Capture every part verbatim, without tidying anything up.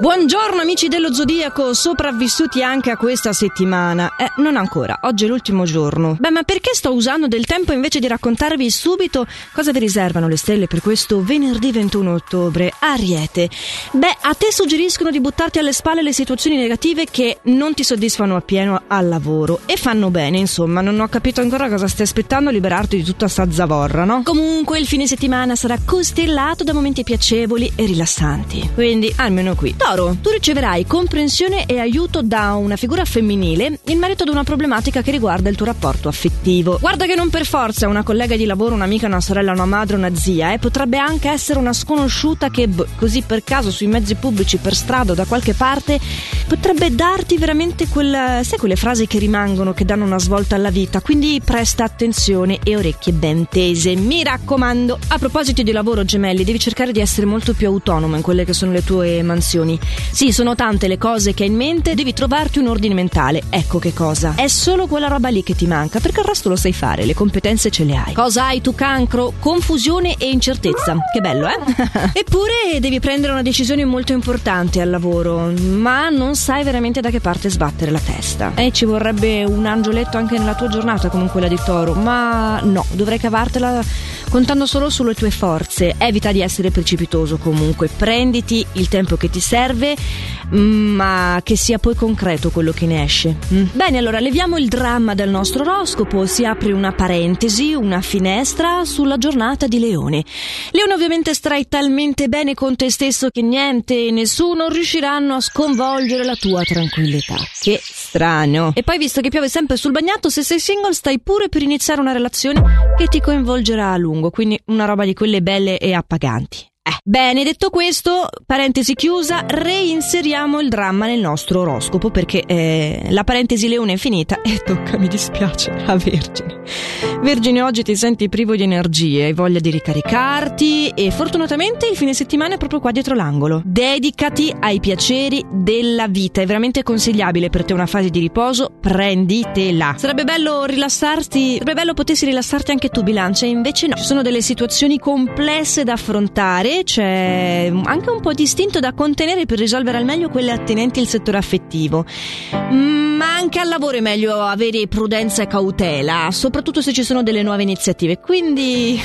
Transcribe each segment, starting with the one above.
Buongiorno amici dello Zodiaco, sopravvissuti anche a questa settimana. Eh, non ancora, oggi è l'ultimo giorno. Beh, ma perché sto usando del tempo invece di raccontarvi subito cosa vi riservano le stelle per questo venerdì ventuno ottobre? Ariete. Beh, a te suggeriscono di buttarti alle spalle le situazioni negative che non ti soddisfano appieno al lavoro. E fanno bene, insomma, non ho capito ancora cosa stai aspettando a liberarti di tutta sta zavorra, no? Comunque il fine settimana sarà costellato da momenti piacevoli e rilassanti. Quindi, almeno qui. Toro, tu riceverai comprensione e aiuto da una figura femminile in merito ad una problematica che riguarda il tuo rapporto affettivo. Guarda che non per forza una collega di lavoro, un'amica, una sorella, una madre, una zia, eh, potrebbe anche essere una sconosciuta che, b- così per caso sui mezzi pubblici, per strada o da qualche parte, potrebbe darti veramente quel, sai, quelle frasi che rimangono, che danno una svolta alla vita. Quindi presta attenzione e orecchie ben tese, mi raccomando. A proposito di lavoro, gemelli, devi cercare di essere molto più autonomo in quelle che sono le tue mansioni. Sì, sono tante le cose che hai in mente, devi trovarti un ordine mentale. Ecco che cosa. È solo quella roba lì che ti manca, perché il resto lo sai fare, le competenze ce le hai. Cosa hai tu, Cancro? Confusione e incertezza. Che bello, eh? Eppure devi prendere una decisione molto importante al lavoro, ma non sai veramente da che parte sbattere la testa. E ci vorrebbe un angioletto anche nella tua giornata come quella di Toro, ma no, dovrai cavartela contando solo sulle tue forze. Evita di essere precipitoso comunque, prenditi il tempo che ti serve, ma che sia poi concreto quello che ne esce. Mm. Bene, allora leviamo il dramma dal nostro oroscopo, si apre una parentesi, una finestra sulla giornata di Leone. Leone, ovviamente starai talmente bene con te stesso che niente e nessuno riusciranno a sconvolgere la tua tranquillità. Che strano. E poi, visto che piove sempre sul bagnato, se sei single stai pure per iniziare una relazione che ti coinvolgerà a lungo, quindi una roba di quelle belle e appaganti. Eh. Bene, detto questo, parentesi chiusa, reinseriamo il dramma nel nostro oroscopo, perché eh, la parentesi Leone è finita e tocca, mi dispiace, a Vergine. Vergine, oggi ti senti privo di energie, hai voglia di ricaricarti e fortunatamente il fine settimana è proprio qua dietro l'angolo. Dedicati ai piaceri della vita, è veramente consigliabile per te una fase di riposo, prenditela. Sarebbe bello rilassarti, sarebbe bello potessi rilassarti anche tu, Bilancia, e invece no. Ci sono delle situazioni complesse da affrontare, c'è anche un po' di istinto da contenere per risolvere al meglio quelle attinenti al settore affettivo, ma anche al lavoro è meglio avere prudenza e cautela, soprattutto se ci sono delle nuove iniziative, quindi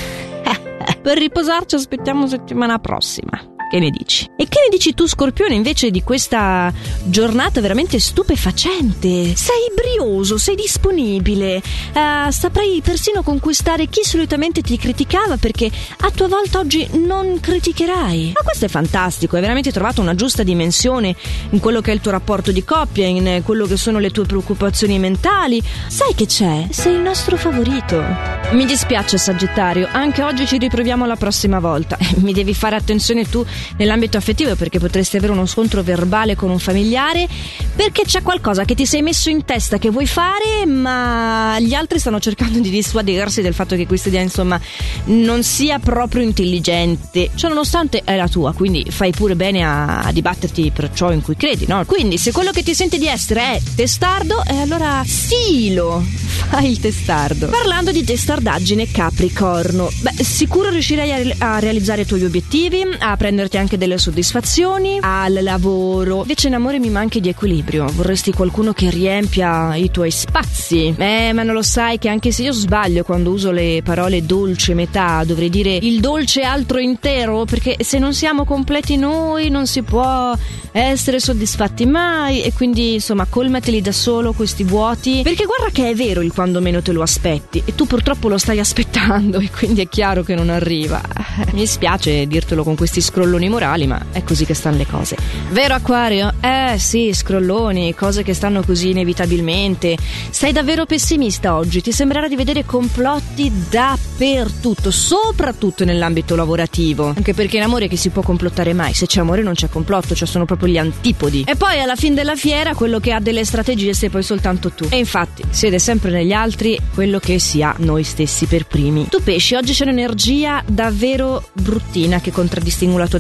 per riposarci aspettiamo settimana prossima. Che ne dici? E che ne dici tu, Scorpione, invece di questa giornata veramente stupefacente? Sei brioso, sei disponibile, uh, saprai persino conquistare chi solitamente ti criticava, perché a tua volta oggi non criticherai. Ma questo è fantastico, hai veramente trovato una giusta dimensione in quello che è il tuo rapporto di coppia, in quello che sono le tue preoccupazioni mentali. Sai che c'è? Sei il nostro favorito. Mi dispiace, Sagittario, anche oggi ci riproviamo la prossima volta. Mi devi fare attenzione tu nell'ambito affettivo, perché potresti avere uno scontro verbale con un familiare, perché c'è qualcosa che ti sei messo in testa che vuoi fare, ma gli altri stanno cercando di dissuadersi del fatto che questa idea, insomma, non sia proprio intelligente. Ciò nonostante è la tua, quindi fai pure bene a, a dibatterti per ciò in cui credi, no? Quindi se quello che ti sente di essere è testardo, eh, allora silo, fai il testardo. Parlando di testardaggine, Capricorno, beh, sicuro riuscirai a, re- a realizzare i tuoi obiettivi, a prendere anche delle soddisfazioni al lavoro. Invece in amore mi manchi di equilibrio, vorresti qualcuno che riempia i tuoi spazi. Eh, ma non lo sai che anche se io sbaglio quando uso le parole dolce metà, dovrei dire il dolce altro intero, perché se non siamo completi noi non si può essere soddisfatti mai, e quindi insomma colmateli da solo questi vuoti, perché guarda che è vero il quando meno te lo aspetti e tu purtroppo lo stai aspettando e quindi è chiaro che non arriva. Mi dispiace dirtelo con questi scrolloni morali, ma è così che stanno le cose. Vero, Acquario? Eh sì, scrolloni, cose che stanno così inevitabilmente. Sei davvero pessimista oggi, ti sembrerà di vedere complotti dappertutto, soprattutto nell'ambito lavorativo, anche perché in amore che si può complottare mai? Se c'è amore non c'è complotto, cioè sono proprio gli antipodi. E poi alla fin della fiera quello che ha delle strategie sei poi soltanto tu, e infatti si vede sempre negli altri quello che si ha noi stessi per primi. Tu, Pesci, oggi c'è un'energia davvero bruttina che contraddistingue la tua giornata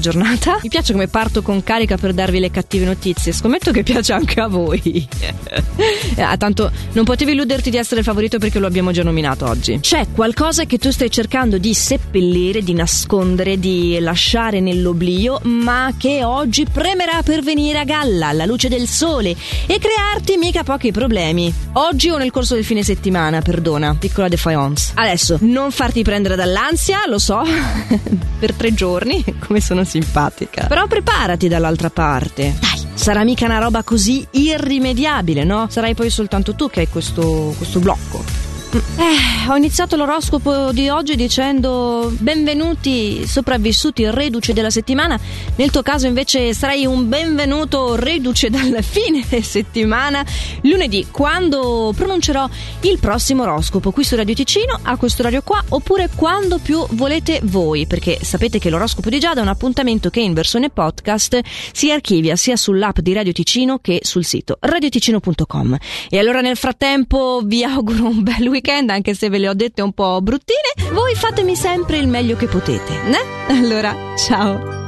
giornata. Mi piace come parto con carica per darvi le cattive notizie. Scommetto che piace anche a voi. Ah, tanto non potevi illuderti di essere il favorito perché lo abbiamo già nominato oggi. C'è qualcosa che tu stai cercando di seppellire, di nascondere, di lasciare nell'oblio, ma che oggi premerà per venire a galla alla luce del sole e crearti mica pochi problemi. Oggi o nel corso del fine settimana, perdona, piccola defiance. Adesso, non farti prendere dall'ansia, lo so, per tre giorni, come sono simpatica. Però preparati dall'altra parte. Dai, sarà mica una roba così irrimediabile, no? Sarai poi soltanto tu che hai questo, questo blocco. Eh, ho iniziato l'oroscopo di oggi dicendo benvenuti sopravvissuti reduci della settimana. Nel tuo caso invece sarai un benvenuto reduce dal fine settimana lunedì, quando pronuncerò il prossimo oroscopo qui su Radio Ticino a questo orario qua, oppure quando più volete voi, perché sapete che l'oroscopo di Giada è un appuntamento che in versione podcast si archivia sia sull'app di Radio Ticino che sul sito radioticino punto com. E allora nel frattempo vi auguro un bel weekend, anche se ve le ho dette un po' bruttine. Voi fatemi sempre il meglio che potete, né? Allora, ciao!